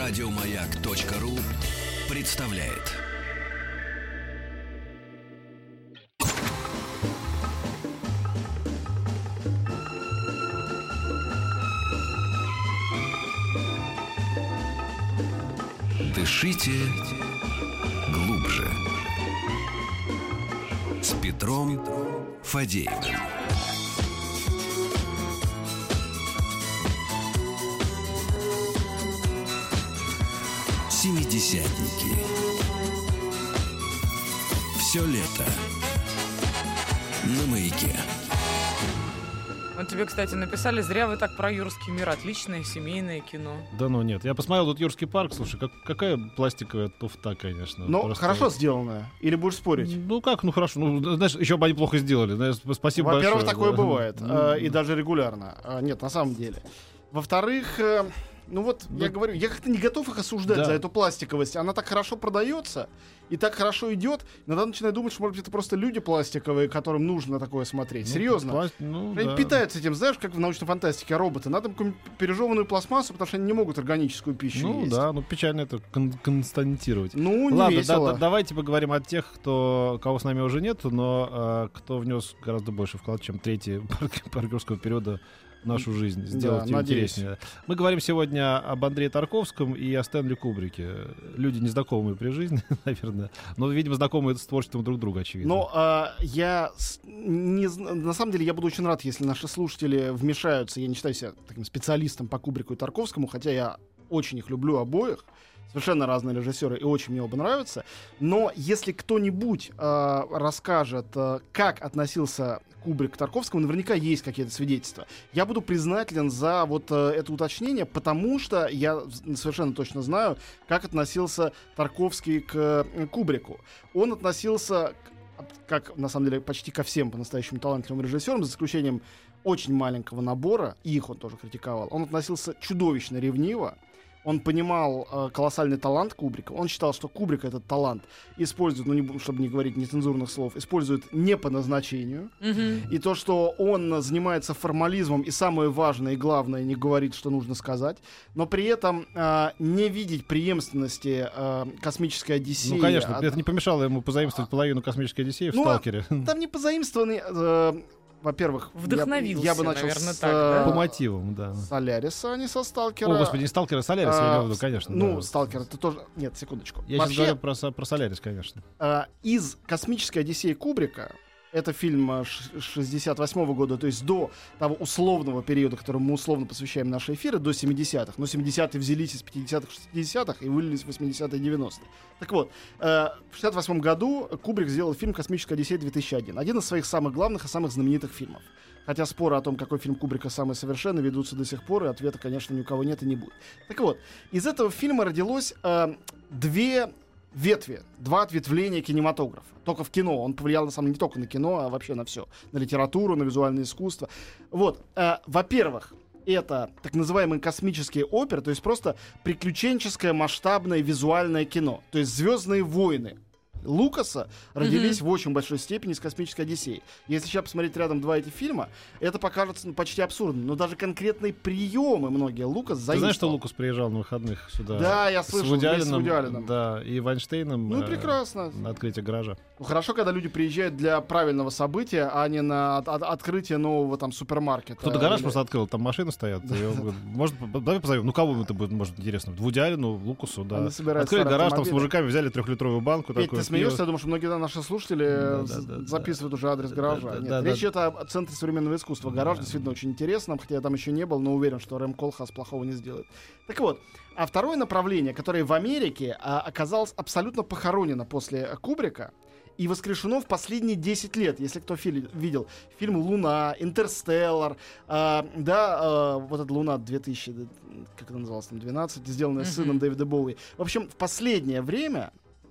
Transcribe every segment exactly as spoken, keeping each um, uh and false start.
Радиомаяк.ру представляет. Дышите глубже. С Петром Фадеевым. Семидесятники. Все лето на Маяке. Вот тебе, кстати, написали: зря вы так про юрский мир. Отличное семейное кино. Да ну нет. Я посмотрел тут Юрский парк. Слушай, как, какая пластиковая туфта, конечно. Ну, Просто... хорошо сделанная. Или будешь спорить? Ну как, ну хорошо. Ну, знаешь, еще бы они плохо сделали. Знаешь, спасибо большое. Во-первых, такое да. бывает. Ну, э, и даже регулярно. Э, нет, на самом деле. Во-вторых, э, ну вот, Ну, я говорю, я как-то не готов их осуждать да. за эту пластиковость. Она так хорошо продается и так хорошо идет. Иногда начинаю думать, что, может быть, это просто люди пластиковые, которым нужно такое смотреть. ну, Серьезно. пласт- ну, Они да. питаются этим, знаешь, как в научной фантастике роботы. Надо им какую-нибудь пережеванную пластмассу, потому что они не могут органическую пищу Ну есть. да, ну печально это кон- констатировать. Ну, не Ладно, да- весело. да- давайте поговорим о тех, кто, кого с нами уже нет, но э, кто внес гораздо больше вклад, чем третий парк- паркерского периода в нашу жизнь, сделать ее надеюсь. интереснее. Мы говорим сегодня об Андрее Тарковском и о Стэнли Кубрике. Люди незнакомые при жизни, наверное, но, видимо, знакомые с творчеством друг друга, очевидно. Но а, я с- не, зн- на самом деле я буду очень рад, если наши слушатели вмешаются. Я не считаю себя таким специалистом по Кубрику и Тарковскому, хотя я очень их люблю обоих. Совершенно разные режиссеры, и очень мне оба нравятся. Но если кто-нибудь а, расскажет, а, как относился Кубрик к Тарковскому, наверняка есть какие-то свидетельства. Я буду признателен за вот а, это уточнение, потому что я совершенно точно знаю, как относился Тарковский к э, Кубрику. Он относился, к, как на самом деле почти ко всем по-настоящему талантливым режиссерам, за исключением очень маленького набора, и их он тоже критиковал. Он относился чудовищно ревниво. Он понимал э, колоссальный талант Кубрика. Он считал, что Кубрик этот талант использует, ну, не, бу- чтобы не говорить нецензурных слов, использует не по назначению. Мгм. И то, что он занимается формализмом и, самое важное и главное, не говорит, что нужно сказать, но при этом э, не видеть преемственности э, космической Одиссеи. Ну, конечно, от- это не помешало ему позаимствовать половину космической Одиссеи в Ну, а «Сталкере». Там не позаимствованы, э, во-первых, я- Вдохновился, я, бы начал наверное, с, так, э, да? По мотивам, да. Соляриса, а не со Сталкера. О, господи, не «Сталкер», а «Солярис», я А, имел в виду, конечно. Ну, да. Сталкер, это тоже... Нет, секундочку. Я сейчас Вообще, говорю про, со- про «Солярис», конечно. э, из «Космической Одиссеи» Кубрика, это фильм э, ш- шестьдесят восьмого года, то есть до того условного периода, которому мы условно посвящаем наши эфиры, до семидесятых. Но семидесятые взялись из пятидесятых, шестидесятых и вылились в восьмидесятые и девяностые. Так вот, э, в шестьдесят восьмом году Кубрик сделал фильм «Космическая Одиссея две тысячи один». Один из своих самых главных и самых знаменитых фильмов. Хотя споры о том, какой фильм Кубрика самый совершенный, ведутся до сих пор, и ответа, конечно, ни у кого нет и не будет. Так вот, из этого фильма родилось э, две ветви, два ответвления кинематографа. Только в кино. Он повлиял, на самом деле, не только на кино, а вообще на все. На литературу, на визуальное искусство. Вот. Э, во-первых, это так называемые космические оперы, то есть просто приключенческое масштабное визуальное кино. То есть «Звездные войны» Лукаса родились в очень большой степени с «Космической Одиссеей». Если сейчас посмотреть рядом два эти фильма, это покажется ну, почти абсурдным. Но даже конкретные приемы многие Лукас Ты заимствовал. знаешь, что Лукас приезжал на выходных сюда? Да, я С слышал, Вуди вместе с Алленом, Вуди Алленом. Да, и Вайнштейном. Ну, э, прекрасно. На открытие гаража. Ну, хорошо, когда люди приезжают для правильного события, а не на от- от- открытие нового там супермаркета. Кто-то гараж Или- просто открыл, там машины стоят. и он говорит, может, давай позовем. Ну, кого это будет, может, интересно? Вуди Аллену, Лукасу, да. Они собирают Открыли старые гараж, там с автомобили. мужиками взяли трехлитровую банку. Петь, такую, ты смеешься? пиво. Я думаю, что многие наши слушатели Да, з- да, да, да. записывают уже адрес гаража. Да, да, Нет, да, речь да. идет о Центре современного искусства. Гараж действительно очень интересно, хотя я там еще не был, но уверен, что Рэм Колхас плохого не сделает. Так вот, а второе направление, которое в Америке а, оказалось абсолютно похоронено после Кубрика и воскрешено в последние десять лет. Если кто фили- видел фильм «Луна», «Интерстеллар», а, да, а, вот эта «Луна» две тысячи, как это называлось, там, двенадцать, сделанная с сыном Дэвида Боуи. В общем, в последнее время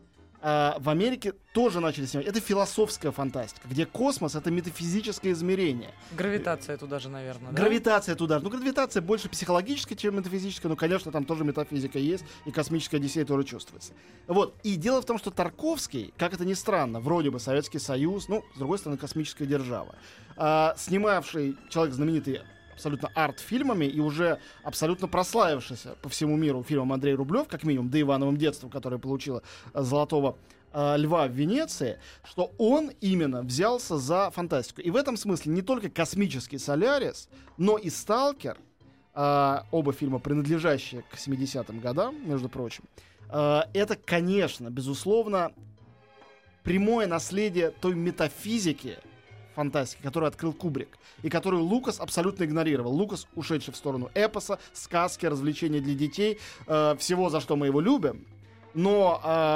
а, в Америке тоже начали снимать. Это философская фантастика, где космос — это метафизическое измерение. Гравитация туда же, наверное, да? Гравитация туда же. Ну, гравитация больше психологическая, чем метафизическая. Но, конечно, там тоже метафизика есть, и «Космическая Одиссея» тоже чувствуется. Вот. И дело в том, что Тарковский, как это ни странно, вроде бы Советский Союз, ну, с другой стороны, космическая держава, а, снимавший человек знаменитый абсолютно арт-фильмами и уже абсолютно прославившийся по всему миру фильмом Андрей Рублев, как минимум, «Да Ивановым детством», которое получило э, «Золотого э, льва» в Венеции, что он именно взялся за фантастику. И в этом смысле не только «Космический Солярис», но и «Сталкер», э, оба фильма, принадлежащие к семидесятым годам, между прочим, э, это, конечно, безусловно, прямое наследие той метафизики фантастики, которую открыл Кубрик, и которую Лукас абсолютно игнорировал. Лукас, ушедший в сторону эпоса, сказки, развлечений для детей, э, всего, за что мы его любим, но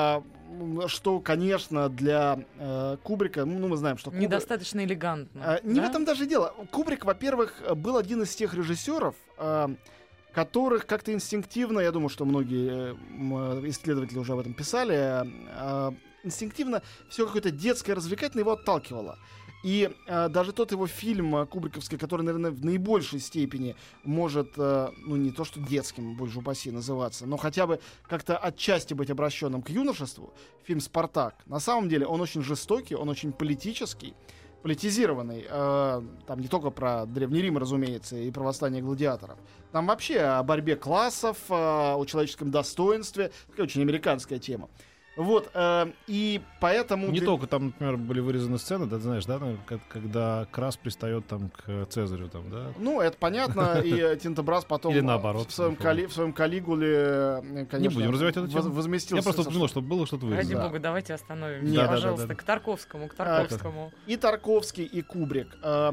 э, что, конечно, для э, Кубрика, ну, мы знаем, что Кубрик... Недостаточно элегантно. Э, не да? в этом даже дело. Кубрик, во-первых, был один из тех режиссеров, э, которых как-то инстинктивно, я думаю, что многие э, исследователи уже об этом писали, э, инстинктивно все какое-то детское, развлекательное его отталкивало. И э, даже тот его фильм э, кубриковский, который, наверное, в наибольшей степени может, э, ну, не то что детским, больше упаси, называться, но хотя бы как-то отчасти быть обращенным к юношеству, фильм «Спартак», на самом деле он очень жестокий, он очень политический, политизированный. Э, там не только про Древний Рим, разумеется, и про восстание гладиаторов. Там вообще о борьбе классов, э, о человеческом достоинстве. Такая очень американская тема. Вот, э, и поэтому... Не для... только там, например, были вырезаны сцены, да, ты знаешь, да, там, как, когда Крас пристает там к Цезарю, там, да? Ну, это понятно, и Тинтобрас потом Или наоборот, в своем, кали... в своем Калигуле, конечно, Не будем развивать эту тему. воз- возместился. Я просто со- упомянул, чтобы было что-то Ради вырезано. Да. бога, давайте остановимся, Нет. пожалуйста, Да, да, да, да. к Тарковскому, к Тарковскому. И Тарковский, и Кубрик. Э,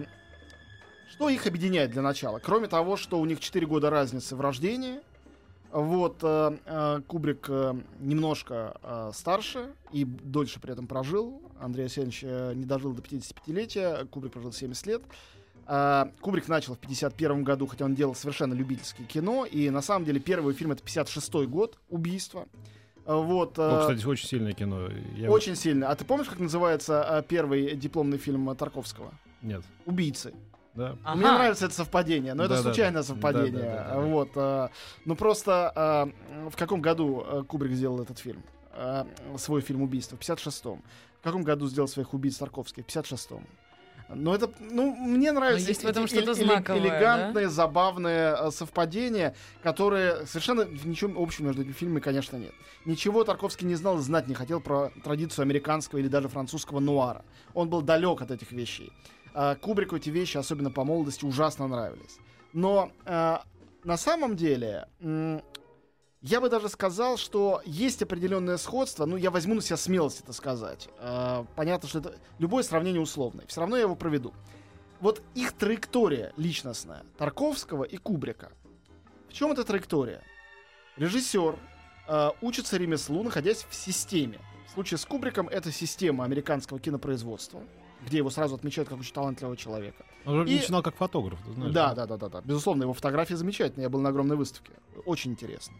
Что их объединяет для начала? Кроме того, что у них четыре года разницы в рождении. Вот, э, э, Кубрик э, немножко э, старше и дольше при этом прожил. Андрей Арсеньевич э, не дожил до пятидесятипятилетия, Кубрик прожил семьдесят лет. Э, Кубрик начал в пятьдесят первом году, хотя он делал совершенно любительское кино. И на самом деле первый фильм — это пятьдесят шестой год, «Убийство». Э, Вот, э, Ну, кстати, очень сильное кино. Я очень сильно. А ты помнишь, как называется э, первый дипломный фильм э, Тарковского? вот- Нет, «Убийцы». да. Ага. Мне нравится это совпадение, но это Да-да-да. случайное совпадение. Да-да-да-да-да. Вот, э, ну просто э, в каком году э, Кубрик сделал этот фильм? Э, свой фильм «Убийство»? В пятьдесят шестом. В каком году сделал своих убийц Тарковский? В пятьдесят шестом. Но это, ну, мне нравятся есть в эти этом что-то эле- знаковое, элегантные, забавные э, совпадения, которые совершенно ничего общего между этими фильмами, конечно, нет. Ничего Тарковский не знал и знать не хотел про традицию американского или даже французского нуара. Он был далек от этих вещей. Uh, Кубрику эти вещи, особенно по молодости, ужасно нравились. Но uh, на самом деле, м- я бы даже сказал, что есть определенное сходство. Ну, я возьму на себя смелость это сказать. Uh, понятно, что это любое сравнение условное. Все равно я его проведу. Вот их траектория личностная, Тарковского и Кубрика. В чем эта траектория? Режиссер uh, учится ремеслу, находясь в системе. В случае с Кубриком это система американского кинопроизводства, где его сразу отмечают как очень талантливого человека. Он уже И- начинал как фотограф, ты знаешь. Да, да, да, да, да. Безусловно, его фотографии замечательные. Я был на огромной выставке. Очень интересно.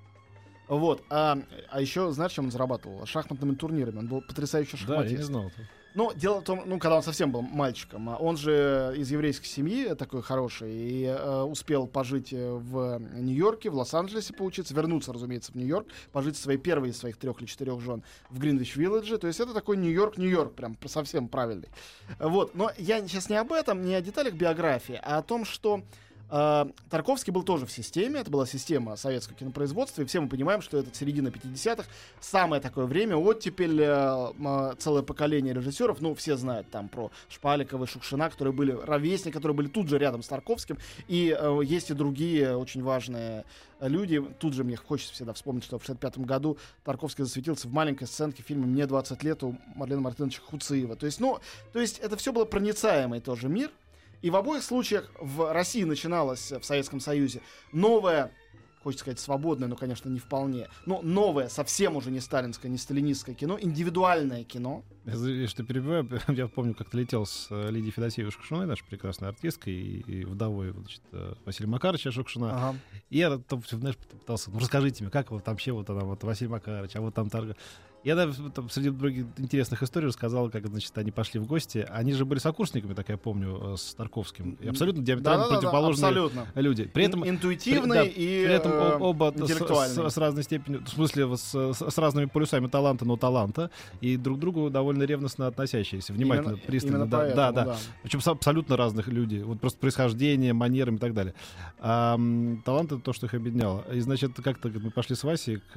Вот. А, а еще, знаешь, чем он зарабатывал? Шахматными турнирами. Он был потрясающий Да, я не шахматист. знал. Но дело в том, ну, когда он совсем был мальчиком, а он же из еврейской семьи такой хороший и э, успел пожить э, в Нью-Йорке, в Лос-Анджелесе поучиться, вернуться, разумеется, в Нью-Йорк, пожить со своей первой из своих трех или четырех жен в Гринвич-Вилледже. То есть это такой Нью-Йорк, Нью-Йорк, прям совсем правильный. Вот. Но я сейчас не об этом, не о деталях биографии, а о том, что э, Тарковский был тоже в системе. Это была система советского кинопроизводства. И все мы понимаем, что это середина пятидесятых. Самое такое время, оттепель, э, э, целое поколение режиссеров. Ну, все знают там про Шпаликова и Шукшина, которые были ровесники, которые были тут же рядом с Тарковским. И э, есть и другие очень важные люди. Тут же мне хочется всегда вспомнить, что в шестьдесят пятом году Тарковский засветился в маленькой сценке фильма «Мне двадцать лет» у Марлена Мартыновича Хуциева. То есть, ну, то есть это все было проницаемый тоже мир. И в обоих случаях в России начиналось, в Советском Союзе, новое, хочется сказать, свободное, но, конечно, не вполне, но новое, совсем уже не сталинское, не сталинистское кино, индивидуальное кино. Я что перебиваю, я помню, как ты летел с э, Лидией Федосеевой Шукшиной, нашей прекрасной артисткой, и, и вдовой, значит, э, Василия Макаровича Шукшина. Ага. И я там, всё, знаешь, пытался, ну расскажите мне, как вот там вообще вот она, вот Василий Макарович, а вот там торг. Я да, там, среди других интересных историй рассказал, как, значит, они пошли в гости. Они же были сокурсниками, так я помню, э, с Тарковским. И абсолютно диаметрально Да-да-да, противоположные абсолютно. люди. При этом, Ин- интуитивный при, да, и при этом э, об- оба с, интеллектуальный. с- с разной степенью, в смысле с, с- с разными полюсами таланта, но таланта, и друг другу довольно довольно ревностно относящиеся, внимательно, Именно- пристально. именно да, поэтому, да, да. да. Причем с абсолютно разных людей. Вот просто происхождение, манерами и так далее. А, м, талант — это то, что их объединяло. И, значит, как-то мы пошли с Васей к,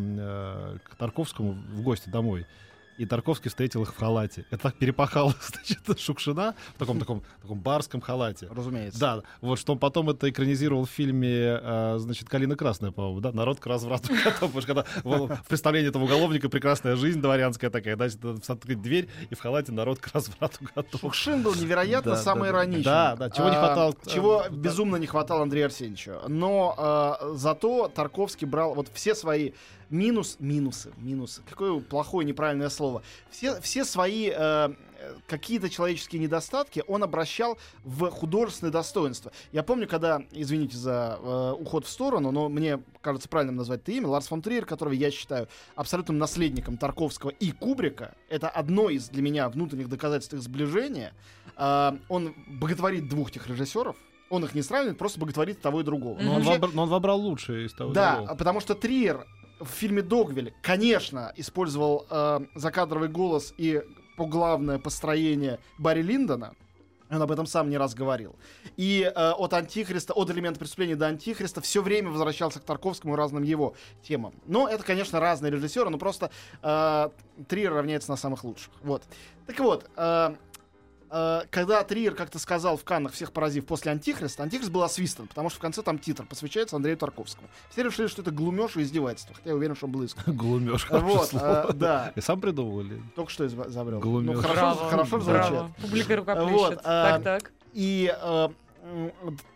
э, к Тарковскому в гости домой. И Тарковский встретил их в халате. Это так перепахало, значит, Шукшина в таком, таком, таком барском халате. Разумеется. Да, вот что он потом это экранизировал в фильме, э, значит, «Калина красная», по-моему, да, «Народ к разврату готов». Потому что когда вот, в представлении этого уголовника прекрасная жизнь дворянская такая, значит, открыть дверь, и в халате «Народ к разврату готов». Шукшин был невероятно Да, самый да, да. ироничный. Да, да, чего не А, хватало, Чего э, безумно не хватало Андрею Арсеньевичу. Но а, зато Тарковский брал вот все свои минус, минусы, минусы. Какое плохое неправильное слово. Все, все свои э, какие-то человеческие недостатки он обращал в художественное достоинство. Я помню, когда, извините за э, уход в сторону, но мне кажется правильным назвать это имя, Ларс фон Триер, которого я считаю абсолютным наследником Тарковского и Кубрика, это одно из для меня внутренних доказательств их сближения. Э, он боготворит двух тех режиссеров. Он их не сравнивает, просто боготворит того и другого. Но он, Вообще- вобр- но он вобрал лучшее из того и да, другого. потому что Триер в фильме «Догвилль», конечно, использовал э, закадровый голос и главное построение Барри Линдона. Он об этом сам не раз говорил. И э, от «Антихриста», от «Элемента преступления» до «Антихриста» все время возвращался к Тарковскому и разным его темам. Но это, конечно, разные режиссеры, но просто э, Триер равняется на самых лучших. Вот. Так вот, э, э, когда Триер как-то сказал в Каннах, всех поразив, после «Антихриста», «Антихрист» был освистан, потому что в конце там титр посвящается Андрею Тарковскому. Все решили, что это глумеж и издевательство, хотя я уверен, что он был искренен. Глумеж, Вот, хорошее э, слово. да. И сам придумал или? Только что изобрел. Глумеж. Ну, хорошо, Браво, хорошо звучит. браво. Публика рукоплещет. Вот, а, Так, так. И э, м,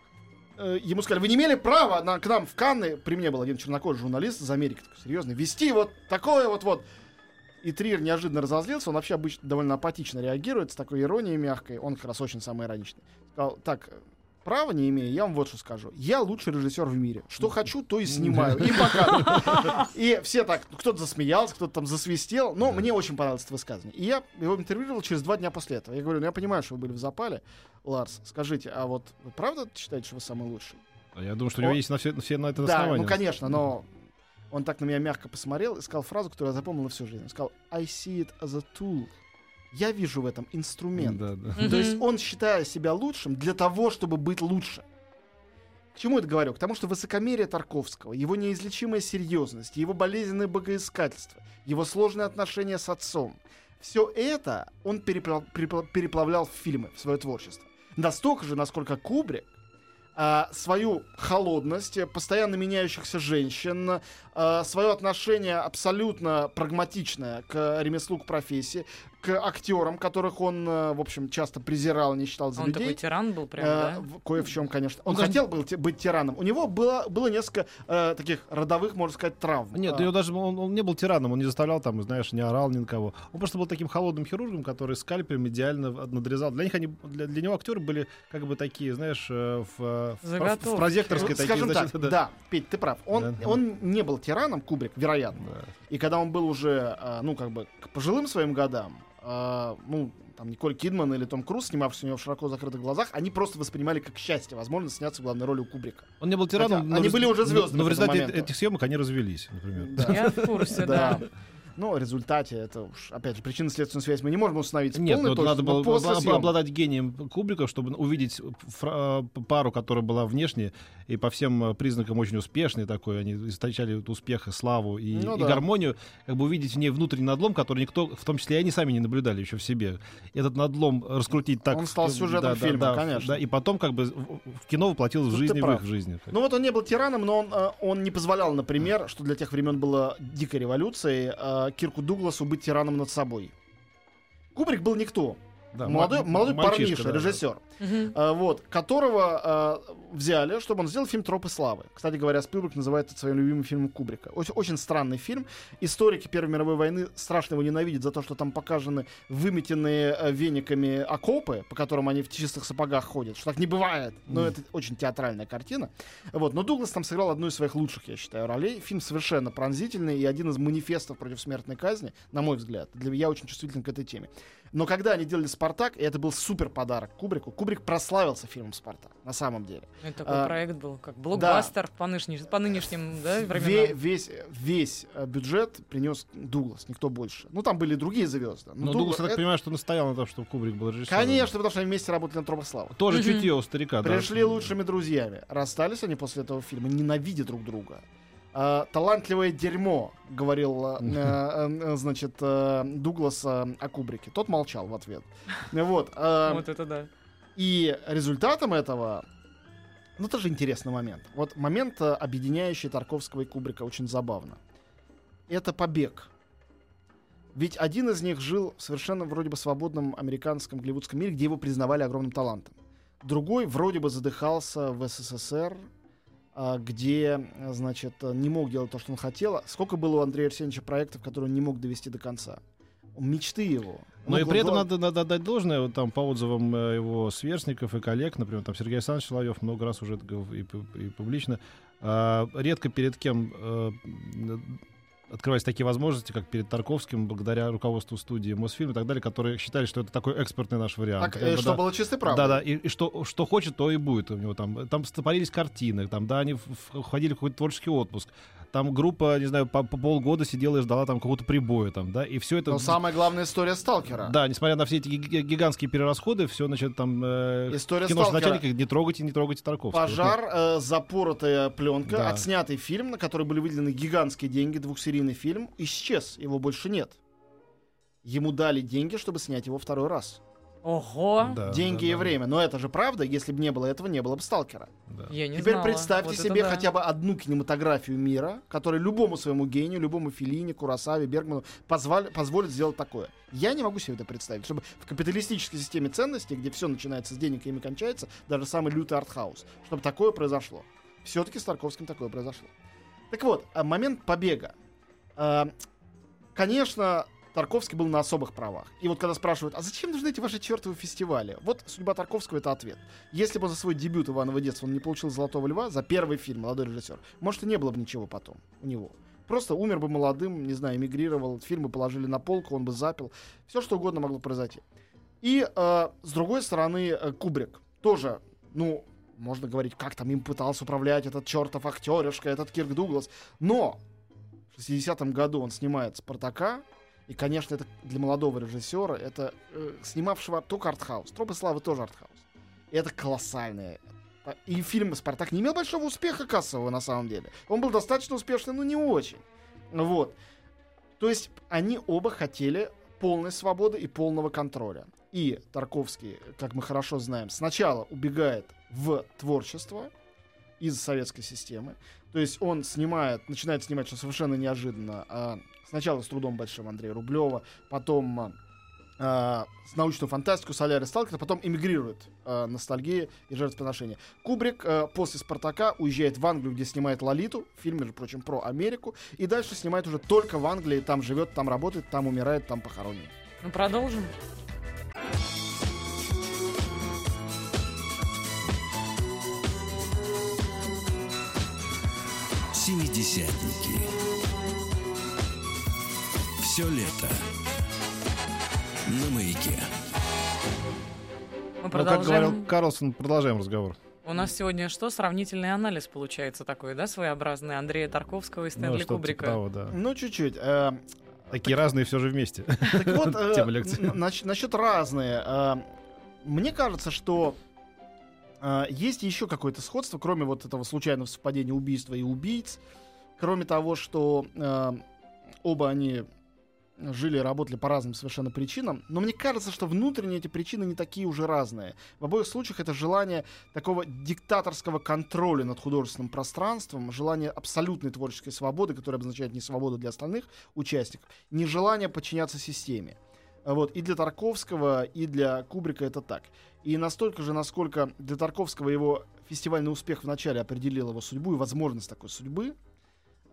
э, ему сказали, вы не имели права на, к нам в Канны, при мне был один чернокожий журналист из Америки, такой серьезный, вести вот такое вот-вот. И Триер неожиданно разозлился, он вообще обычно довольно апатично реагирует, с такой иронией мягкой, он как раз очень самый ироничный. Сказал, так, права не имею, я вам вот что скажу. Я лучший режиссер в мире. Что хочу, то и снимаю. И показываю. И все так, кто-то засмеялся, кто-то там засвистел. Но мне очень понравилось это высказывание. И я его интервьюировал через два дня после этого. Я говорю, ну я понимаю, что вы были в запале. Ларс, скажите, а вот вы правда считаете, что вы самый лучший? А я думаю, что у него О, есть на все, все на это Да, основания. ну конечно, но он так на меня мягко посмотрел и сказал фразу, которую я запомнил на всю жизнь. Он сказал, I see it as a tool. Я вижу в этом инструмент. Да, да. Мгм. То есть он, считая себя лучшим, для того, чтобы быть лучше. К чему это говорю? К тому, что высокомерие Тарковского, его неизлечимая серьезность, его болезненное богоискательство, его сложные отношения с отцом, все это он перепла- перепла- переплавлял в фильмы, в свое творчество. Настолько же, насколько Кубрик а, свою холодность, постоянно меняющихся женщин, а, свое отношение абсолютно прагматичное к ремеслу, к профессии, к актерам, которых он, а, в общем, часто презирал, не считал за Он людей. такой тиран был прям, Э, да? в- Кое в чем, конечно. Он Он даже- хотел был те- быть тираном. У него было, было несколько э, таких родовых, можно сказать, травм. Нет, А, его даже он, он не был тираном, он не заставлял там, знаешь, не орал ни на кого. Он просто был таким холодным хирургом, который скальпелем идеально надрезал. Для них они, для, для него актеры были как бы такие, знаешь, э, в, в, в, Заготовки. в прозекторской ну, такие, скажем значит, так, да. Петь, ты прав. Он, Да. он не был тираном, Кубрик, вероятно. Да. И когда он был уже, а, ну, как бы, к пожилым своим годам, а, ну, там, Николь Кидман или Том Круз, снимавшийся у него в широко закрытых глазах, они просто воспринимали как счастье, возможно, сняться в главной роли у Кубрика. Он не был тираном, Хотя но они в- были уже звездами Но в к этому результате моменту. этих съемок они развелись, например. Да. Я в курсе, да. Но в результате это уж, опять же, причинно-следственную связь мы не можем установить с Нет, полной вот точностью, надо было но после обла- съемок. обладать гением Кубрика, чтобы увидеть фра- э, пару, которая была внешне и по всем э, признакам очень успешной такой. Они источали вот успех и славу и, Ну и да. гармонию. Как бы увидеть в ней внутренний надлом, который никто, в том числе и они сами не наблюдали еще в себе. Этот надлом раскрутить так... Он стал э, сюжетом да, да, фильма, да, конечно. да, и потом как бы в в кино воплотилось в Тут жизни, ты в прав. их жизни. Ну вот он не был тираном, но он, э, он не позволял, например, что для тех времен было дикой революцией, э, Кирку Дугласу быть тираном над собой. Кубрик был никто. Да, молодой ма- молодой мальчишка, парниша, да, да. режиссер, Мгм. э, вот, которого э, взяли, чтобы он сделал фильм «Тропы славы». Кстати говоря, Спилберг называет это своим любимым фильмом Кубрика. Очень, очень странный фильм. Историки Первой мировой войны страшно его ненавидят за то, что там показаны выметенные э, вениками окопы, по которым они в чистых сапогах ходят. Что так не бывает. Но Мгм. это очень театральная картина. Вот. Но Дуглас там сыграл одну из своих лучших, я считаю, ролей. Фильм совершенно пронзительный и один из манифестов против смертной казни, на мой взгляд. Для меня очень чувствителен к этой теме. Но когда они делали «Спартак», и это был супер подарок Кубрику, Кубрик прославился фильмом «Спартак», на самом деле. Это такой А, проект был, как блокбастер по, нынеш- по нынешним да, Ве- временам. весь, весь э, бюджет принес Дуглас, никто больше. Ну, там были другие звезды. Но Дуглас, я так это- понимаю, что настоял на том, чтобы Кубрик был режиссером. Конечно, потому что они вместе работали на «Тропах славы». Тоже Мгм. чутье у старика. да. Пришли лучшими друзьями. Расстались они после этого фильма, ненавидят друг друга. А, талантливое дерьмо, говорил, э, э, значит, э, Дуглас э, о Кубрике. Тот молчал в ответ. Вот. э, Вот это да. И результатом этого, ну, тоже интересный момент. Вот момент, э, объединяющий Тарковского и Кубрика, очень забавно. Это «Побег». Ведь один из них жил в совершенно вроде бы свободном американском голливудском мире, где его признавали огромным талантом. Другой вроде бы задыхался в СССР, а, где, а, значит, не мог делать то, что он хотел. Сколько было у Андрея Арсеньевича проектов, которые он не мог довести до конца? Мечты его. Но Ну, и при этом гла- надо, надо отдать должное, вот там по отзывам э, его сверстников и коллег, например, там Сергей Александрович Соловьев много раз уже это говорил и, пу- и публично, а, редко перед кем э, открывались такие возможности, как перед Тарковским, благодаря руководству студии Мосфильм и так далее, которые считали, что это такой экспортный наш вариант. Так, Как э, бы, что да. было чистой правдой. Да, да, и, и что, что хочет, то и будет у него там. Там стопорились картины, там, да, они в- в- входили в какой-то творческий отпуск. Там группа, не знаю, по, по полгода сидела и ждала там какого-то прибоя, там, да, и все это... Но самая главная история «Сталкера». Да, несмотря на все эти ги- гигантские перерасходы, все, значит, там... Э, История кино «Сталкера». начальника, не трогайте, не трогайте Тарковского. Пожар, э, запоротая пленка, Да. отснятый фильм, на который были выделены гигантские деньги, двухсерийный фильм, исчез, его больше нет. Ему дали деньги, чтобы снять его второй раз. Ого! Да, деньги да, и да, время. Но это же правда, если бы не было этого, не было бы «Сталкера». да. Я не Теперь знала. представьте Вот это себе да. хотя бы одну кинематографию мира, которая любому своему гению, любому Феллини, Куросаве, Бергману позвали- позволит сделать такое. Я не могу себе это представить, чтобы в капиталистической системе ценностей, где все начинается с денег и ими кончается, даже самый лютый артхаус, чтобы такое произошло. Все-таки с Тарковским такое произошло. Так вот, а, момент «Побега». А, Конечно, Тарковский был на особых правах. И вот когда спрашивают, а зачем нужны эти ваши чертовы фестивали? Вот судьба Тарковского — это ответ. Если бы он за свой дебют «Иваново детство» он не получил «Золотого льва» за первый фильм, молодой режиссер, может, и не было бы ничего потом у него. Просто умер бы молодым, не знаю, эмигрировал, фильмы положили на полку, он бы запил. Все, что угодно могло произойти. И, э, с другой стороны, э, Кубрик тоже, ну, можно говорить, как там им пытался управлять этот чертов актеришка, этот Кирк Дуглас. Но в шестидесятом году он снимает «Спартака», и, конечно, это для молодого режиссера, это э, снимавшего только артхаус. «Тропы славы» тоже артхаус. И это колоссальное. И фильм «Спартак» не имел большого успеха кассового, на самом деле. Он был достаточно успешный, но не очень. Вот. То есть они оба хотели полной свободы и полного контроля. И Тарковский, как мы хорошо знаем, сначала убегает в творчество из советской системы. То есть он снимает, начинает снимать, что совершенно неожиданно, а, сначала с «Трудом большим» Андрея Рублева, потом а, с научную фантастику «Солярис», «Сталкер», потом эмигрирует а, «Ностальгия» и «Жертвоприношение». Кубрик а, после «Спартака» уезжает в Англию, где снимает «Лолиту», фильм, между прочим, про Америку, и дальше снимает уже только в Англии, там живет, там работает, там умирает, там похоронен. Ну, продолжим. Семидесятники. Все лето на маяке. Мы Ну, как продолжаем. говорил Карлсон, продолжаем разговор. У нас сегодня что? Сравнительный анализ получается такой, да, своеобразный Андрея Тарковского и Стэнли Ну, что-то Кубрика. типа того, да. Ну, чуть-чуть. э, Такие разные все же вместе. Так вот, э, Тема лекции. н- нач- насчет разные. э, Мне кажется, что э, есть еще какое-то сходство, кроме вот этого случайного совпадения убийства и убийц. Кроме того, что э, оба они жили и работали по разным совершенно причинам. Но мне кажется, что внутренние эти причины не такие уже разные. В обоих случаях это желание такого диктаторского контроля над художественным пространством, желание абсолютной творческой свободы, которая обозначает не свободу для остальных участников, не желание подчиняться системе. Вот. И для Тарковского, и для Кубрика это так. И настолько же, насколько для Тарковского его фестивальный успех в начале определил его судьбу и возможность такой судьбы,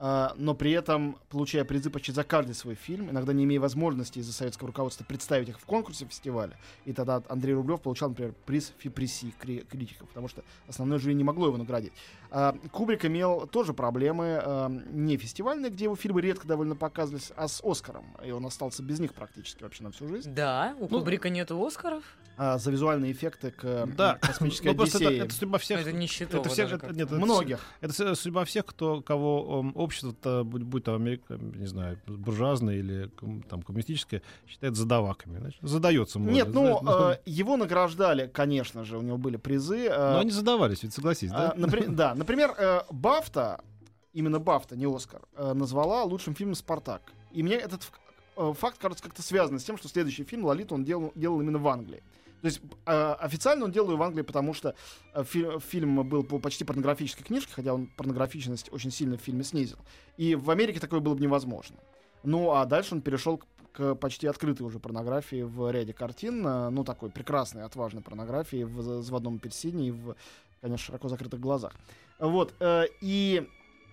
а, но при этом получая призы почти за каждый свой фильм, иногда не имея возможности из-за советского руководства представить их в конкурсе фестиваля. И тогда Андрей Рублев получал, например, приз Фипреси критиков, потому что основное жюри не могло его наградить. А, Кубрик имел тоже проблемы, а, не фестивальные, где его фильмы редко довольно показывались, а с Оскаром. И он остался без них практически вообще на всю жизнь. Да, у Ну, Кубрика нету Оскаров. А, за визуальные эффекты к Да, космической ну, просто это, Одиссее. это судьба всех. Это нищетово это всех, даже это, как-то. нет, это Многих. Это с- судьба всех, кто, кого ом, общество, будь, будь то Америка, не знаю, буржуазное или ком- там, коммунистическое, считает задаваками. Значит, задается море. Нет, ну, знаешь, э, его награждали, конечно же, у него были призы. э, но они задавались, ведь согласись, да? а, напри- Да, например, э, Бафта, именно Бафта, не Оскар, э, назвала лучшим фильмом «Спартак». И мне этот ф- э, факт кажется как-то связан с тем, что следующий фильм «Лолиту» он делал, делал именно в Англии. То есть э, официально он делал его в Англии, потому что э, фи- фильм был по почти порнографической книжке, хотя он порнографичность очень сильно в фильме снизил. И в Америке такое было бы невозможно. Ну, а дальше он перешел к, к почти открытой уже порнографии в ряде картин. э, ну, такой прекрасной, отважной порнографии в «Заводном апельсине» и в, конечно, широко закрытых глазах. Вот. э, и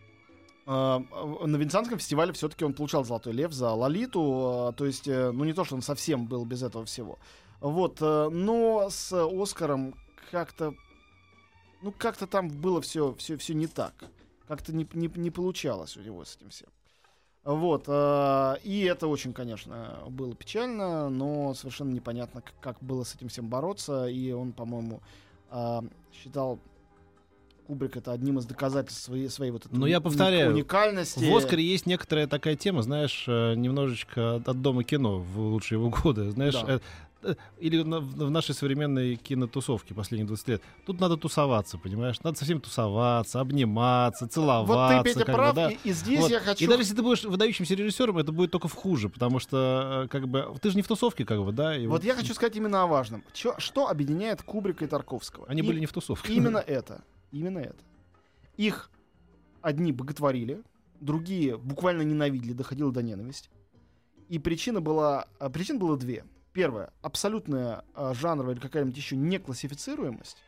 э, на Венецианском фестивале все-таки он получал «Золотой лев» за «Лолиту». э, то есть, э, ну, не то, что он совсем был без этого всего. Вот, э, но с Оскаром как-то, ну как-то там было все, все, все не так, как-то не, не, не получалось у него с этим всем. Вот, э, и это очень, конечно, было печально, но совершенно непонятно, как, как было с этим всем бороться, и он, по-моему, э, считал Кубрик это одним из доказательств своей, своей вот этой Но я уни- повторяю, уникальности. В «Оскаре» есть некоторая такая тема, знаешь, э, немножечко от, от дома кино в лучшие его годы, знаешь, Да. э, э, или на- в, в нашей современной кинотусовке последних двадцать лет. Тут надо тусоваться, понимаешь? Надо со всеми тусоваться, обниматься, целоваться. Вот ты, Петя, как бы, прав, да. и, и здесь Вот. я хочу... И даже если ты будешь выдающимся режиссером, это будет только в хуже, потому что э, как бы ты же не в тусовке, как бы, да? И Вот я хочу сказать именно о важном. Чё- что объединяет Кубрика и Тарковского? Они И были не в тусовке. Именно это. Именно это. Их одни боготворили, другие буквально ненавидели, доходило до ненависти. И причина была, а, причин было две. Первая — абсолютная а, жанровая или какая-нибудь еще неклассифицируемость.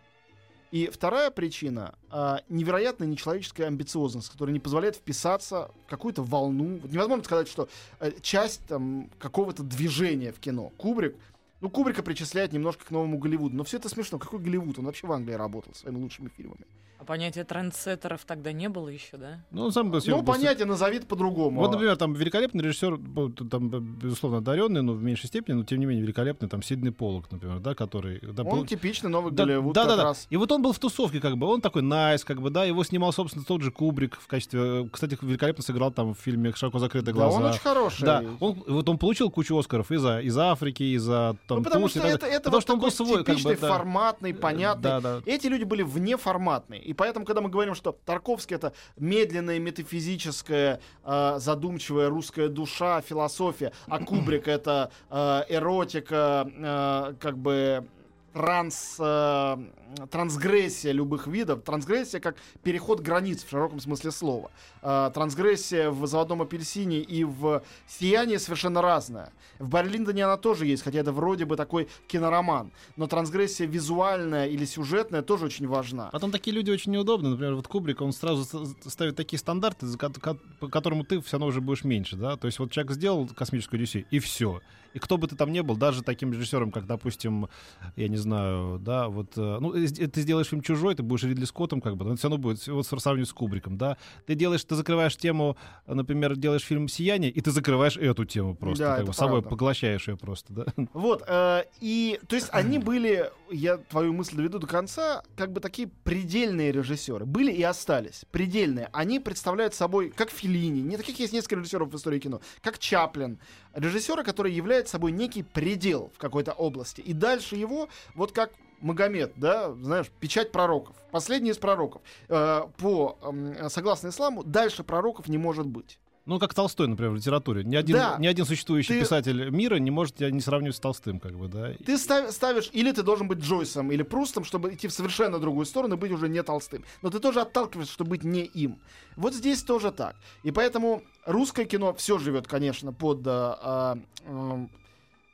И вторая причина а, — невероятная нечеловеческая амбициозность, которая не позволяет вписаться в какую-то волну. Вот невозможно сказать, что э, часть там, какого-то движения в кино. Кубрик, ну, Кубрика причисляют немножко к новому Голливуду, но все это смешно. Какой Голливуд? Он вообще в Англии работал своими лучшими фильмами. А понятия трендсеттеров тогда не было еще, да? Ну, он сам был Ну, понятие назови по-другому. Вот, например, там великолепный режиссер, был, там, безусловно, одаренный, но в меньшей степени, но тем не менее великолепный, там, Сидней Поллок, например, да, который... Да, Он был- типичный новый да, Голливуд да, как да, да. раз. И вот он был в тусовке, как бы, он такой найс, как бы, да, его снимал, собственно, тот же Кубрик в качестве... Кстати, великолепно сыграл там в фильме «Широко закрытые Да, глаза». он очень хороший. Да, он, вот он получил кучу Оскаров из-за из Африки, из-за там, Ну, потому Турции, что и так это, далее. это потому вот что он был такой свой, как типичный, бы, да. форматный, понятный. Да, да. Эти люди были внеформатные. И поэтому, когда мы говорим, что Тарковский — это медленная, метафизическая, э, задумчивая русская душа, философия, а Кубрик — это э, эротика, э, как бы транс, э, трансгрессия любых видов. Трансгрессия как переход границ в широком смысле слова. Э, трансгрессия в «Заводном апельсине» и в «Сиянии» совершенно разная. В «Барри Линдоне» она тоже есть, хотя это вроде бы такой кинороман. Но трансгрессия визуальная или сюжетная тоже очень важна. Потом такие люди очень неудобны. Например, вот Кубрик, он сразу с- ставит такие стандарты, за ко- ко- по которому ты все равно уже будешь меньше, да? То есть вот человек сделал «Космическую Одиссею», и все. И кто бы ты там ни был, даже таким режиссером, как, допустим, я не знаю, да, вот, э, ну, э, ты сделаешь фильм «Чужой», ты будешь Ридли Скоттом, как бы, но это все равно будет, вот в сравнении с Кубриком, да. Ты делаешь, ты закрываешь тему, например, делаешь фильм «Сияние», и ты закрываешь эту тему просто, Да, как это бы, собой правда. поглощаешь ее просто, да. Вот, э, и, то есть они были, я твою мысль доведу до конца, как бы такие предельные режиссеры. Были и остались. Предельные. Они представляют собой, как Феллини, не таких есть несколько режиссеров в истории кино, как Чаплин. Режиссеры, которые являются собой некий предел в какой-то области. И дальше его, вот как Магомед, да, знаешь, печать пророков. Последний из пророков. Э, по, э, согласно исламу, дальше пророков не может быть. Ну, как Толстой, например, в литературе. Ни один, Да. ни один существующий Ты- писатель мира не может тебя не сравнивать с Толстым, как бы, да. Ты став- ставишь, или ты должен быть Джойсом, или Прустом, чтобы идти в совершенно другую сторону и быть уже не Толстым. Но ты тоже отталкиваешься, чтобы быть не им. Вот здесь тоже так. И поэтому русское кино все живет, конечно, под а, а, м,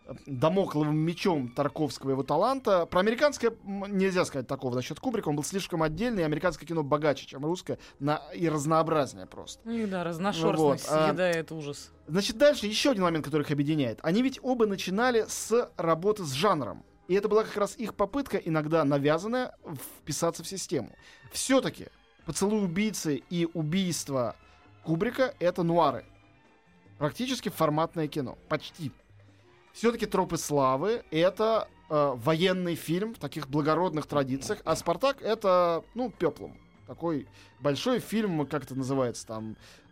дамокловым мечом Тарковского его таланта. Про американское нельзя сказать такого насчет Кубрика. Он был слишком отдельный, и американское кино богаче, чем русское, на... и разнообразнее просто. Ну и да, разношерстность вот. съедает а... ужас. Значит, дальше еще один момент, который их объединяет. Они ведь оба начинали с работы с жанром. И это была как раз их попытка, иногда навязанная, вписаться в систему. Все-таки «Поцелуй убийцы» и «Убийство» Кубрика — это нуары. Практически форматное кино. Почти. Все-таки «Тропы славы» — это э, военный фильм в таких благородных традициях, а «Спартак» — это, ну, пеплом. Такой большой фильм, как это называется там,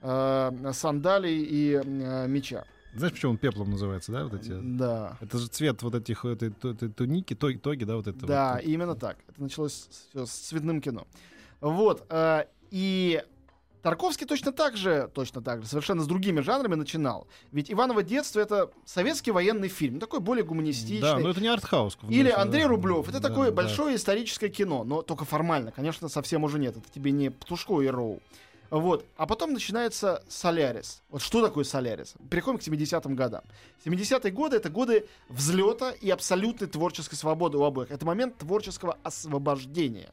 э, «Сандалий» и э, «Меча». Знаешь, почему он пеплом называется, да, вот эти? Да. Это же цвет вот этих этой, этой туники, тоги, тоги, да, вот это. Да, вот. именно так. Это началось с, с цветным кино. Вот. Э, и Тарковский точно так же, точно так же, совершенно с другими жанрами начинал. Ведь «Иваново детство» — это советский военный фильм, такой более гуманистичный. Да, но это не артхаус. Или «Андрей да, Рублев». Это да, такое да. большое историческое кино, но только формально. Конечно, совсем уже нет. Это тебе не Птушко и Роу. Вот. А потом начинается «Солярис». Вот что такое «Солярис»? Переходим к семидесятым годам. семидесятые годы — это годы взлета и абсолютной творческой свободы у обоих. Это момент творческого освобождения.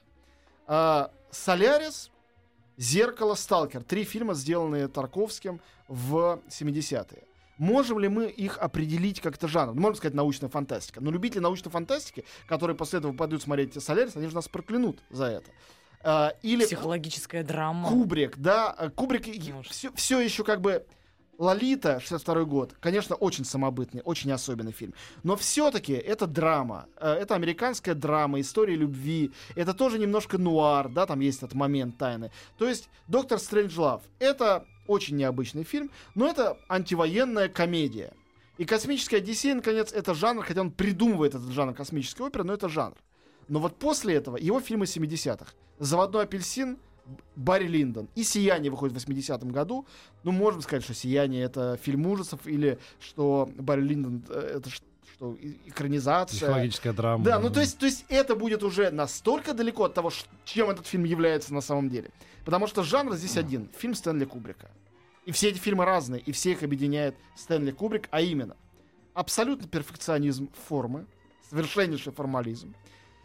А, «Солярис», «Зеркало», «Сталкер». Три фильма, сделанные Тарковским в семидесятые. Можем ли мы их определить как-то жанр? Ну, можно сказать, научная фантастика. Но любители научной фантастики, которые после этого пойдут смотреть «Солярис», они же нас проклянут за это. Uh, или психологическая драма. Кубрик, да. Кубрик все, все еще как бы «Лолита», шестьдесят второй год, конечно, очень самобытный, очень особенный фильм. Но все-таки это драма. Это американская драма, история любви. Это тоже немножко нуар, да, там есть этот момент тайны. То есть «Доктор Стрэнджлав» — это очень необычный фильм, но это антивоенная комедия. И «Космическая Одиссея», наконец, это жанр, хотя он придумывает этот жанр космической оперы, но это жанр. Но вот после этого его фильмы семидесятых. «Заводной апельсин», Барри Линдон, и «Сияние» выходит в восьмидесятом году. Ну, можем сказать, что «Сияние» — это фильм ужасов, или что Барри Линдон — это что, экранизация. Психологическая драма. Да, ну то есть, то есть это будет уже настолько далеко от того, чем этот фильм является на самом деле. Потому что жанр здесь один. Фильм Стэнли Кубрика. И все эти фильмы разные, и все их объединяет Стэнли Кубрик, а именно абсолютный перфекционизм формы, совершеннейший формализм,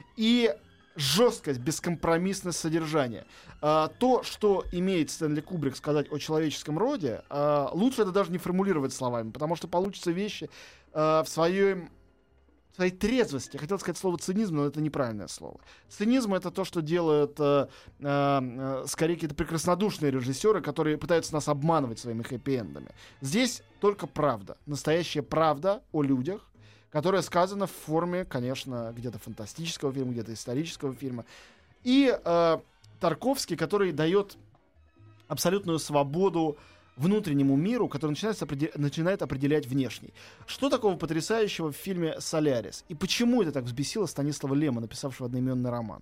и жесткость, бескомпромиссность содержания. А, то, что имеет Стэнли Кубрик сказать о человеческом роде, а, лучше это даже не формулировать словами, потому что получатся вещи а, в своей, в своей трезвости. Я хотел сказать слово цинизм, но это неправильное слово. Цинизм — это то, что делают а, а, скорее какие-то прекраснодушные режиссеры, которые пытаются нас обманывать своими хэппи-эндами. Здесь только правда. Настоящая правда о людях, которая сказана в форме, конечно, где-то фантастического фильма, где-то исторического фильма. И э, Тарковский, который дает абсолютную свободу внутреннему миру, который начинает, определ... начинает определять внешний. Что такого потрясающего в фильме «Солярис»? И почему это так взбесило Станислава Лема, написавшего одноименный роман?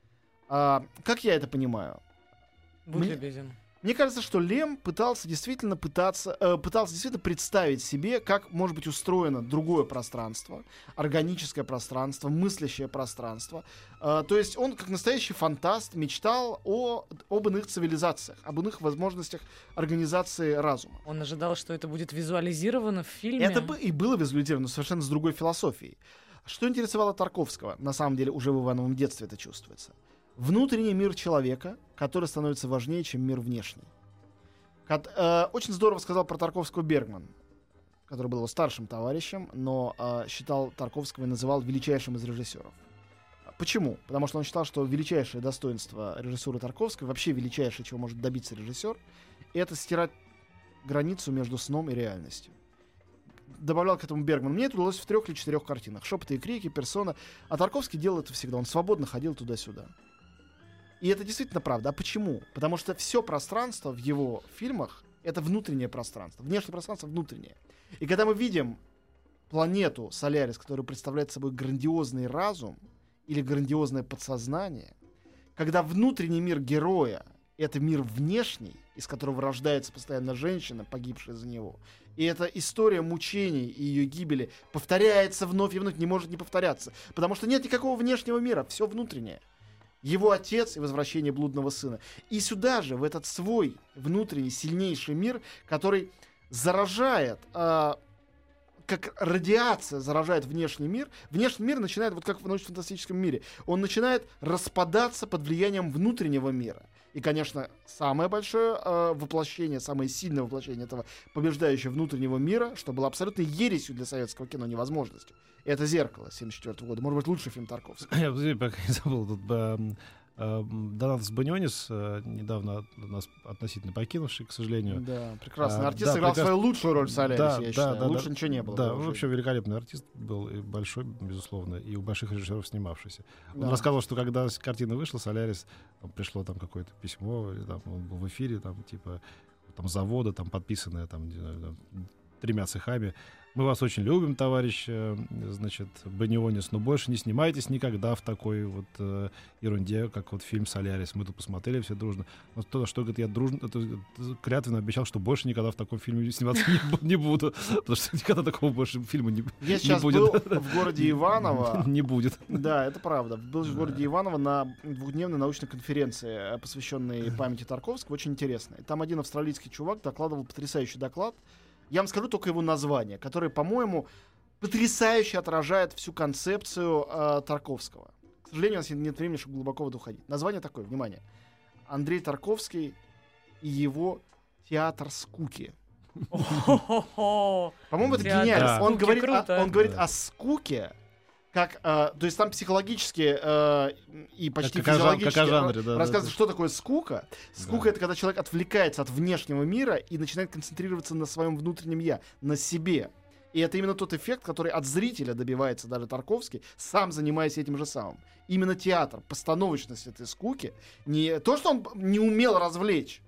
А, как я это понимаю? Будь Мне... любезен. Мне кажется, что Лем пытался действительно пытаться, э, пытался действительно представить себе, как может быть устроено другое пространство, органическое пространство, мыслящее пространство. Э, то есть он, как настоящий фантаст, мечтал о, об иных цивилизациях, об иных возможностях организации разума. Он ожидал, что это будет визуализировано в фильме. Это бы и было визуализировано, но совершенно с другой философией. Что интересовало Тарковского? На самом деле уже в Ивановом детстве это чувствуется. Внутренний мир человека, который становится важнее, чем мир внешний. Как, э, очень здорово сказал про Тарковского Бергман, который был его старшим товарищем, но э, считал Тарковского и называл величайшим из режиссеров. Почему? Потому что он считал, что величайшее достоинство режиссуры Тарковского, вообще величайшее, чего может добиться режиссер, это стирать границу между сном и реальностью. Добавлял к этому Бергман. Мне это удалось в трех или четырех картинах. «Шепоты и крики», «Персона». А Тарковский делал это всегда. Он свободно ходил туда-сюда. И это действительно правда. А почему? Потому что все пространство в его фильмах — это внутреннее пространство. Внешнее пространство — внутреннее. И когда мы видим планету Солярис, которая представляет собой грандиозный разум или грандиозное подсознание, когда внутренний мир героя — это мир внешний, из которого рождается постоянно женщина, погибшая за него, и эта история мучений и ее гибели повторяется вновь и вновь, не может не повторяться, потому что нет никакого внешнего мира, все внутреннее. Его отец и возвращение блудного сына. И сюда же, в этот свой внутренний сильнейший мир, который заражает э, как радиация заражает внешний мир, внешний мир начинает, вот как в научно-фантастическом мире, он начинает распадаться под влиянием внутреннего мира. И, конечно, самое большое э, воплощение, самое сильное воплощение этого побеждающего внутреннего мира, что было абсолютно ересью для советского кино, невозможностью. Это «Зеркало» семьдесят четвёртого года. Может быть, лучший фильм Тарковского. Я пока не забыл. Тут э, э, Донатас Банионис, э, недавно нас относительно покинувший, к сожалению. Да, прекрасный А, артист, да, сыграл прекрас... свою лучшую роль в «Солярисе», да, я да, считаю. Да, Лучше да, ничего не было. Да, он вообще великолепный артист был, и большой, безусловно, и у больших режиссеров снимавшийся. Он Да. рассказывал, что когда картина вышла, «Солярис», там пришло там какое-то письмо, или, там, он был в эфире, там, типа, там, завода, там, подписанное, там, не знаю, там, тремя цехами. Мы вас очень любим, товарищ, э, значит, Банионис, но больше не снимайтесь никогда в такой вот э, ерунде, как вот фильм «Солярис». Мы тут посмотрели все дружно. Но то, что, говорит, я дружно, это, клятвенно обещал, что больше никогда в таком фильме сниматься не, не буду, потому что никогда такого больше фильма не, Я не сейчас будет. был в городе Иваново. Не будет. Да, это правда. Был в городе Иваново на двухдневной научной конференции, посвященной памяти Тарковского, очень интересной. Там один австралийский чувак докладывал потрясающий доклад. Я вам скажу только его название, которое, по-моему, потрясающе отражает всю концепцию э, Тарковского. К сожалению, у нас нет времени, чтобы глубоко в это уходить. Название такое, внимание. Андрей Тарковский и его «Театр скуки». О-хо-хо-хо. По-моему, это Театр гениально. скуки Он говорит, круто. о, он говорит Да. о скуке, как, э, то есть там психологически э, и почти Как о жан- физиологически как о жанре, да, рассказывается, да. что такое скука. Скука Да. — это когда человек отвлекается от внешнего мира и начинает концентрироваться на своем внутреннем «я», на себе. И это именно тот эффект, который от зрителя добивается даже Тарковский, сам занимаясь этим же самым. Именно театр, постановочность этой скуки, не то, что он не умел развлечь,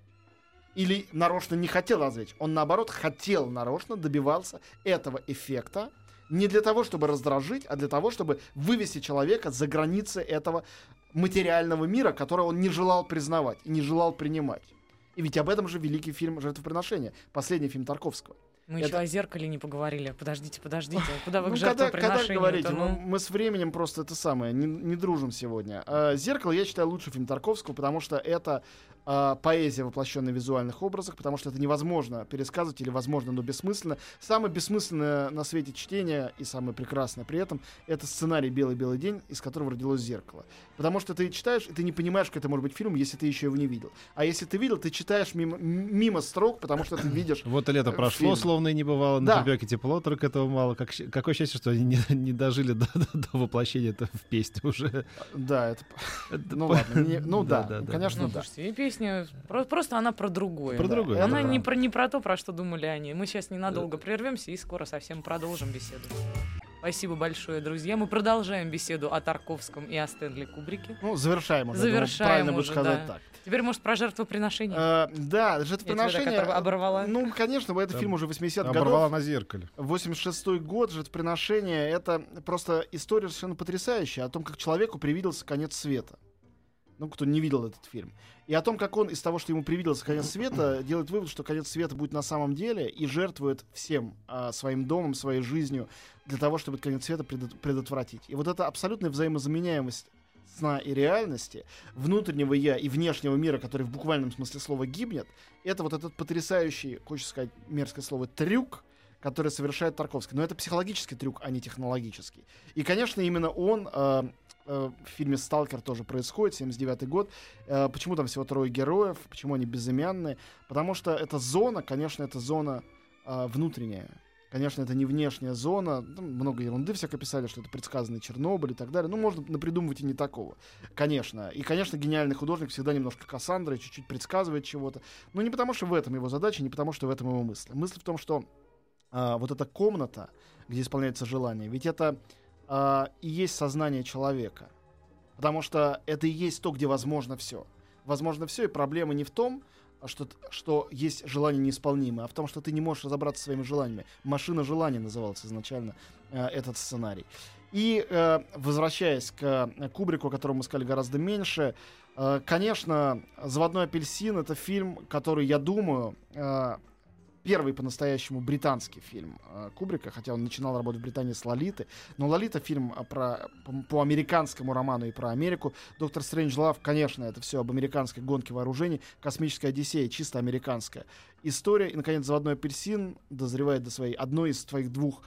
или нарочно не хотел развлечь, он, наоборот, хотел нарочно, добивался этого эффекта, не для того, чтобы раздражить, а для того, чтобы вывести человека за границы этого материального мира, который он не желал признавать и не желал принимать. И ведь об этом же великий фильм «Жертвоприношение», последний фильм Тарковского. Мы Это- еще о «Зеркале» не поговорили. Подождите, подождите. Куда вы Ну, к когда, когда жертвоприношению? говорите, ну? мы, мы с временем просто это самое, не, не дружим сегодня. А, «Зеркало», я считаю, лучший фильм Тарковского, потому что это а, поэзия, воплощенная в визуальных образах, потому что это невозможно пересказывать или возможно, но бессмысленно. Самое бессмысленное на свете чтение и самое прекрасное при этом — это сценарий «Белый-белый день», из которого родилось «Зеркало». Потому что ты читаешь, и ты не понимаешь, как это может быть фильм, если ты еще его не видел. А если ты видел, ты читаешь мимо, м- мимо строк, потому что ты видишь... Вот и лето э, прошло, фильм. словно и не бывало. Да. На припеке тепло, только этого мало. Как, щ- какое счастье, что они не, не дожили до, до, до воплощения это в песне уже. Да, это... Это Ну по- ладно, не- ну да, да, ну, да. конечно, Ну, да. слушайте, и песня про- просто она про другое. Про Да. другое, Она да. не про, не про то, про что думали они. Мы сейчас ненадолго прервемся и скоро совсем продолжим беседу. Спасибо большое, друзья. Мы продолжаем беседу о Тарковском и о Стэнли Кубрике. Ну, завершаем уже. Завершаем Правильно будет уже, сказать да. так. Теперь, может, про жертвоприношение? Э, да, Я тебя «Жертвоприношение». так обор- оборвала. Ну, конечно, это Там фильм уже восьмидесятых Оборвала годов. на зеркале. восемьдесят шестой год, «Жертвоприношение» — это просто история совершенно потрясающая о том, как человеку привиделся конец света. Ну, кто не видел этот фильм. И о том, как он из того, что ему привиделся конец света, делает вывод, что конец света будет на самом деле, и жертвует всем, а, своим домом, своей жизнью, для того, чтобы этот конец света предот- предотвратить. И вот эта абсолютная взаимозаменяемость сна и реальности, внутреннего «я» и внешнего мира, который в буквальном смысле слова гибнет, это вот этот потрясающий, хочется сказать мерзкое слово, трюк, который совершает Тарковский. Но это психологический трюк, а не технологический. И, конечно, именно он... э, э, в фильме «Сталкер» тоже происходит, семьдесят девятый год. Э, почему там всего трое героев? Почему они безымянные? Потому что эта зона, конечно, это зона э, внутренняя. Конечно, это не внешняя зона. Там много ерунды всякой писали, что это предсказанный Чернобыль и так далее. Ну, можно напридумывать и не такого. Конечно. И, конечно, гениальный художник всегда немножко Кассандра, чуть-чуть предсказывает чего-то. Но не потому, что в этом его задача, не потому, что в этом его мысль. Мысль в том, что а, вот эта комната, где исполняется желание, ведь это а, и есть сознание человека. Потому что это и есть то, где возможно все. Возможно все, и проблема не в том, что, что есть желание неисполнимое, а в том, что ты не можешь разобраться со своими желаниями. «Машина желаний» назывался изначально э, этот сценарий. И, э, возвращаясь к э, Кубрику, о котором мы сказали гораздо меньше, э, конечно, «Заводной апельсин» — это фильм, который, я думаю, э, первый по-настоящему британский фильм э, Кубрика, хотя он начинал работать в Британии с «Лолиты». Но «Лолита» — фильм про, по, по американскому роману и про Америку. «Доктор Стрэнджлав», конечно, это все об американской гонке вооружений. «Космическая Одиссея» — чисто американская история. И, наконец, «Заводной апельсин» дозревает до своей одной из твоих двух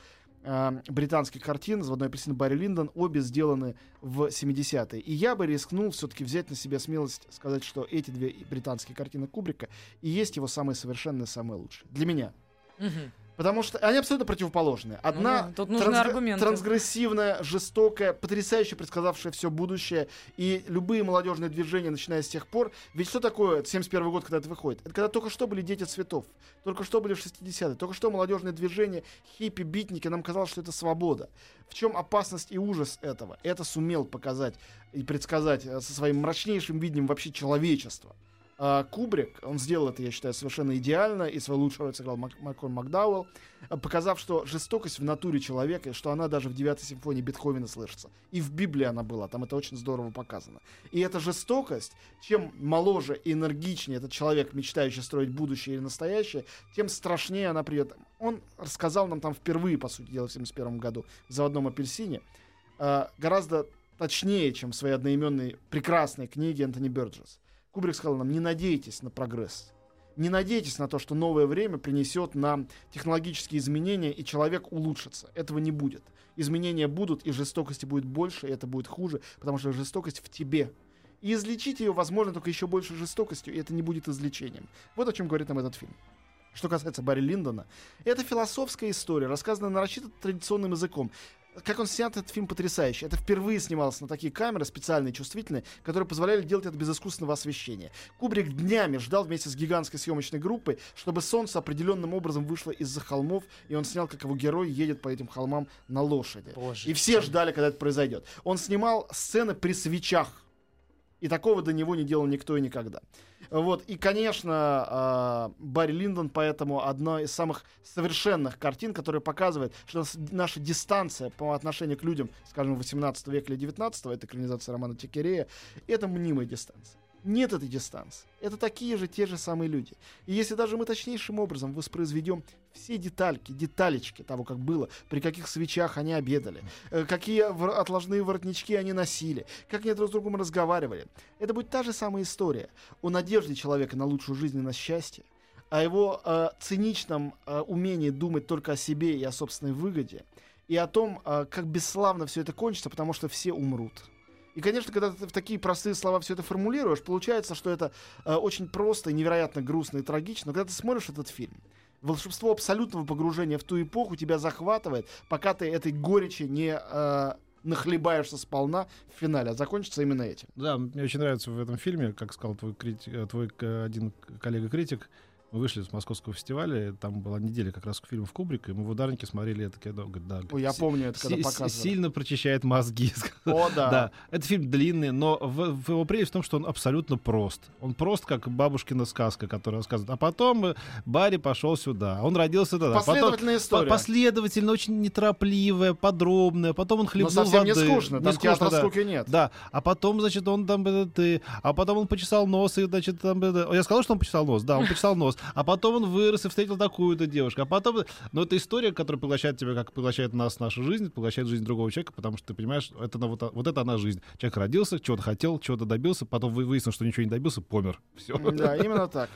э, британских картин «Заводной апельсин» Барри Линдон, обе сделаны в семидесятые. И я бы рискнул все-таки взять на себя смелость сказать, что эти две британские картины Кубрика и есть его самые совершенные, самые лучшие. Для меня. Мгм. Потому что они абсолютно противоположные. Одна Ну, тут нужны аргументы. трансгрессивная, жестокая, потрясающе предсказавшая все будущее. И любые молодежные движения, начиная с тех пор. Ведь что такое семьдесят первый год, когда это выходит? Это когда только что были дети цветов. Только что были в шестидесятые. Только что молодежные движения, хиппи, битники. Нам казалось, что это свобода. В чем опасность и ужас этого? Это сумел показать и предсказать э, со своим мрачнейшим видением вообще человечества. А Кубрик, он сделал это, я считаю, совершенно идеально, и свою лучшую роль сыграл Мак- Малькольм Макдауэлл, а, показав, что жестокость в натуре человека, и что она даже в девятой симфонии Бетховена слышится. И в Библии она была, там это очень здорово показано. И эта жестокость, чем моложе и энергичнее этот человек, мечтающий строить будущее или настоящее, тем страшнее она придет. Он рассказал нам там впервые, по сути дела, в семьдесят первом году в «Заводном апельсине», а, гораздо точнее, чем в своей одноименной прекрасной книге Энтони Бёрджесс. Кубрик сказал нам: не надейтесь на прогресс. Не надейтесь на то, что новое время принесет нам технологические изменения, и человек улучшится. Этого не будет. Изменения будут, и жестокости будет больше, и это будет хуже, потому что жестокость в тебе. И излечить ее возможно только еще больше жестокостью, и это не будет излечением. Вот о чем говорит нам этот фильм. Что касается Барри Линдона, это философская история, рассказанная нарочито традиционным языком. Как он снят, этот фильм потрясающий. Это впервые снимался на такие камеры специальные, чувствительные, которые позволяли делать это без искусственного освещения. Кубрик днями ждал вместе с гигантской съемочной группой, чтобы солнце определенным образом вышло из-за холмов, и он снял, как его герой едет по этим холмам на лошади. Боже. И все ждали, когда это произойдет. Он снимал сцены при свечах. И такого до него не делал никто и никогда. Вот. И, конечно, Барри Линдон поэтому одна из самых совершенных картин, которая показывает, что наша дистанция по отношению к людям, скажем, восемнадцатого века или девятнадцатого, это экранизация романа Теккерея, это мнимая дистанция. Нет этой дистанции. Это такие же, те же самые люди. И если даже мы точнейшим образом воспроизведем все детальки, деталечки того, как было, при каких свечах они обедали, э, какие вор- отложные воротнички они носили, как они друг с другом разговаривали, это будет та же самая история о надежде человека на лучшую жизнь и на счастье, о его э, циничном э, умении думать только о себе и о собственной выгоде, и о том, э, как бесславно все это кончится, потому что все умрут. И, конечно, когда ты в такие простые слова все это формулируешь, получается, что это э, очень просто, невероятно грустно и трагично. Но когда ты смотришь этот фильм, волшебство абсолютного погружения в ту эпоху тебя захватывает, пока ты этой горечи не э, нахлебаешься сполна в финале. А закончится именно этим. Да, мне очень нравится в этом фильме, как сказал твой, критик, твой один коллега-критик. Мы вышли с московского фестиваля, там была неделя как раз к фильму Кубрика, и мы в ударнике смотрели это кино. Да, Ой, я помню это, когда си- показывали. Сильно прочищает мозги. О, да. Да. Это фильм длинный, но в, в его прелесть в том, что он абсолютно прост. Он прост, как бабушкина сказка, которая рассказывает. А потом э, Барри пошел сюда, он родился тогда. Последовательная потом, история. По- последовательно, очень неторопливая, подробная. Потом он хлебнул Но совсем воды. не скучно, там театра да. скуки нет. Да, а потом, значит, он там, э, ты, а потом он почесал нос, и, значит, там, э, я сказал, что он почесал нос, да, он почесал нос, а потом он вырос и встретил такую-то девушку, а потом, но это история, которая поглощает тебя, как поглощает нас нашу жизнь, поглощает жизнь другого человека, потому что ты понимаешь, это вот, вот это она жизнь. Человек родился, чего-то хотел, чего-то добился, потом выяснилось, что ничего не добился, помер. Все. Да, именно так.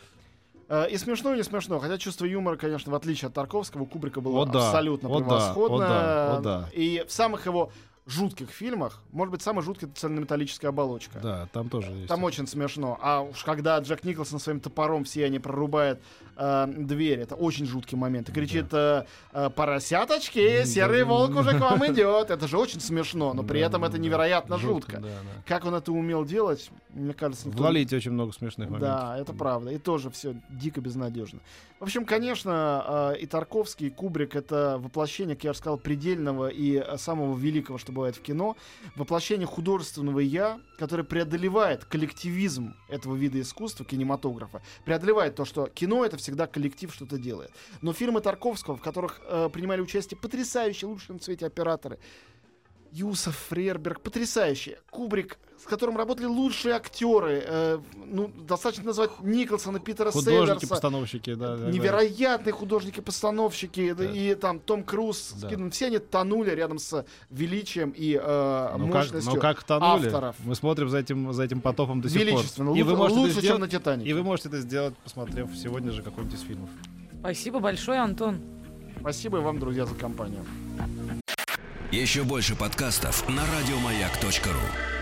И смешно, и не смешно. Хотя чувство юмора, конечно, в отличие от Тарковского, у Кубрика было О, да. абсолютно О, да. превосходно. О, да. О, да. И в самых его жутких фильмах, может быть, самый жуткий — это «Цельнометаллическая оболочка». Да, там тоже есть. Там очень смешно. А уж когда Джек Николсон своим топором в сиянии прорубает э, дверь, это очень жуткий момент. И кричит: э, э, «Поросяточки, серый волк уже к вам идет». Это же очень смешно, но при Да, этом это да. невероятно Жутко, жутко. да, да. Как он это умел делать, мне кажется, В никто... «Лолите» очень много смешных моментов. Да, это правда. И тоже все дико безнадежно. В общем, конечно, э, и Тарковский, и Кубрик — это воплощение, как я уже сказал, предельного и э, самого великого, что бывает в кино. Воплощение художественного «я», которое преодолевает коллективизм этого вида искусства, кинематографа, преодолевает то, что кино — это всегда коллектив что-то делает. Но фильмы Тарковского, в которых э, принимали участие потрясающие, лучшие на свете операторы, Юсов, Фрерберг, потрясающие. Кубрик, с которым работали лучшие актеры. Э, ну, достаточно назвать Николсона, Питера Селлерса. Художники-постановщики, да. да, Невероятные художники-постановщики. Да. И там Том Круз, Да. Скидман, все они тонули рядом с величием и э, Ну как, мощностью ну как тонули? авторов. Мы смотрим за этим, за этим потопом до сих пор. Величественно. И вы Лучше, можете лучше, это чем сделать, на «Титанике». и вы можете это сделать, посмотрев сегодня же какой-нибудь из фильмов. Спасибо большое, Антон. Спасибо и вам, друзья, за компанию. Еще больше подкастов на радиомаяк точка ру.